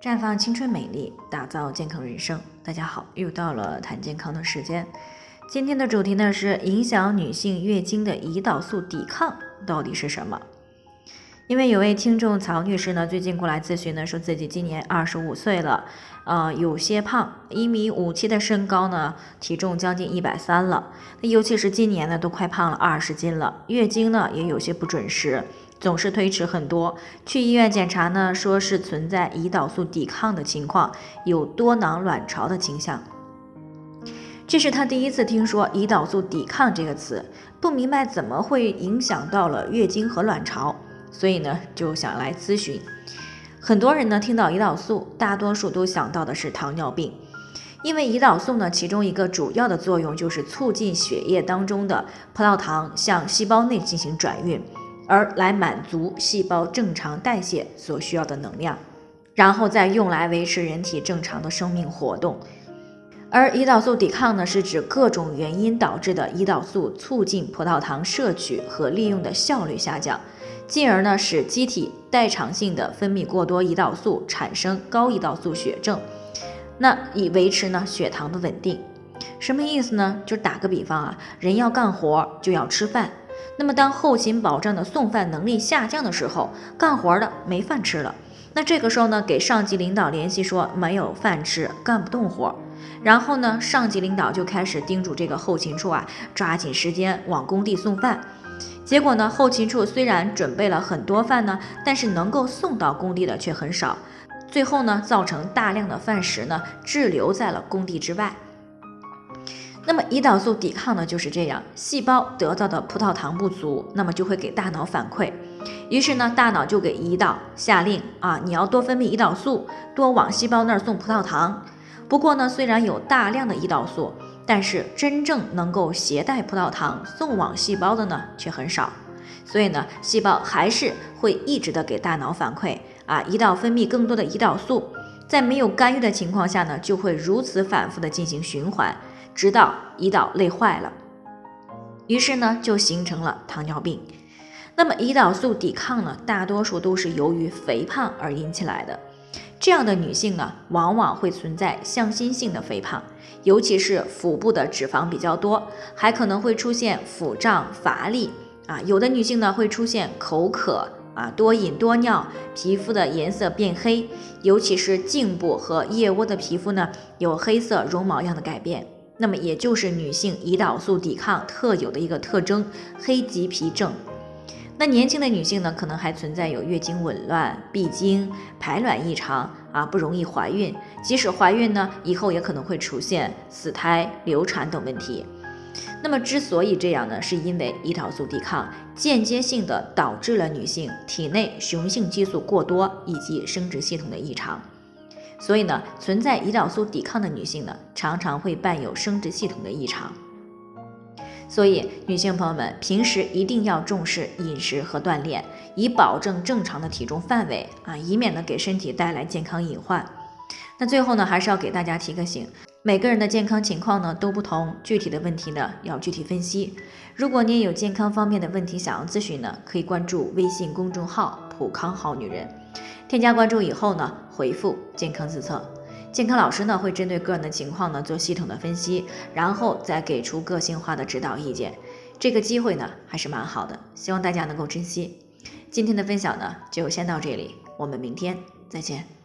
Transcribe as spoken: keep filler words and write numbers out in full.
绽放青春美丽，打造健康人生。大家好，又到了谈健康的时间。今天的主题呢是影响女性月经的胰岛素抵抗到底是什么？因为有位听众曹女士呢，最近过来咨询呢，说自己今年二十五岁了，呃，有些胖，一米五七的身高呢，体重将近一百三了。那尤其是今年呢，都快胖了二十斤了，月经呢也有些不准时，总是推迟很多。去医院检查呢，说是存在胰岛素抵抗的情况，有多囊卵巢的倾向。这是他第一次听说胰岛素抵抗这个词，不明白怎么会影响到了月经和卵巢。所以呢，就想来咨询。很多人呢听到胰岛素，大多数都想到的是糖尿病，因为胰岛素呢，其中一个主要的作用就是促进血液当中的葡萄糖向细胞内进行转运，而来满足细胞正常代谢所需要的能量，然后再用来维持人体正常的生命活动。而胰岛素抵抗呢，是指各种原因导致的胰岛素促进葡萄糖摄取和利用的效率下降，进而呢使机体代偿性的分泌过多胰岛素，产生高胰岛素血症，那以维持呢血糖的稳定。什么意思呢？就打个比方啊，人要干活就要吃饭，那么当后勤保障的送饭能力下降的时候，干活的没饭吃了，那这个时候呢，给上级领导联系说没有饭吃，干不动活。然后呢，上级领导就开始叮嘱这个后勤处啊，抓紧时间往工地送饭。结果呢，后勤处虽然准备了很多饭呢，但是能够送到工地的却很少，最后呢，造成大量的饭食呢滞留在了工地之外。那么胰岛素抵抗呢就是这样，细胞得到的葡萄糖不足，那么就会给大脑反馈，于是呢，大脑就给胰岛下令啊，你要多分泌胰岛素，多往细胞那儿送葡萄糖。不过呢，虽然有大量的胰岛素，但是真正能够携带葡萄糖送往细胞的呢却很少，所以呢，细胞还是会一直的给大脑反馈啊，胰岛分泌更多的胰岛素，在没有干预的情况下呢，就会如此反复的进行循环，直到胰岛累坏了，于是呢就形成了糖尿病。那么胰岛素抵抗呢，大多数都是由于肥胖而引起来的。这样的女性呢，往往会存在向心性的肥胖，尤其是腹部的脂肪比较多，还可能会出现腹胀、乏力啊。有的女性呢会出现口渴啊、多饮多尿，皮肤的颜色变黑，尤其是颈部和腋窝的皮肤呢有黑色绒毛样的改变。那么也就是女性胰岛素抵抗特有的一个特征——黑棘皮症。那年轻的女性呢，可能还存在有月经紊乱、闭经、排卵异常啊，不容易怀孕。即使怀孕呢，以后也可能会出现死胎、流产等问题。那么之所以这样呢，是因为胰岛素抵抗间接性的导致了女性体内雄性激素过多以及生殖系统的异常。所以呢，存在胰岛素抵抗的女性呢，常常会伴有生殖系统的异常。所以女性朋友们，平时一定要重视饮食和锻炼，以保证正常的体重范围啊，以免呢给身体带来健康隐患。那最后呢，还是要给大家提个醒，每个人的健康情况呢都不同，具体的问题呢要具体分析。如果你也有健康方面的问题想要咨询呢，可以关注微信公众号普康好女人，添加关注以后呢，回复健康自测。健康老师呢会针对个人的情况呢做系统的分析，然后再给出个性化的指导意见。这个机会呢还是蛮好的，希望大家能够珍惜。今天的分享呢就先到这里，我们明天再见。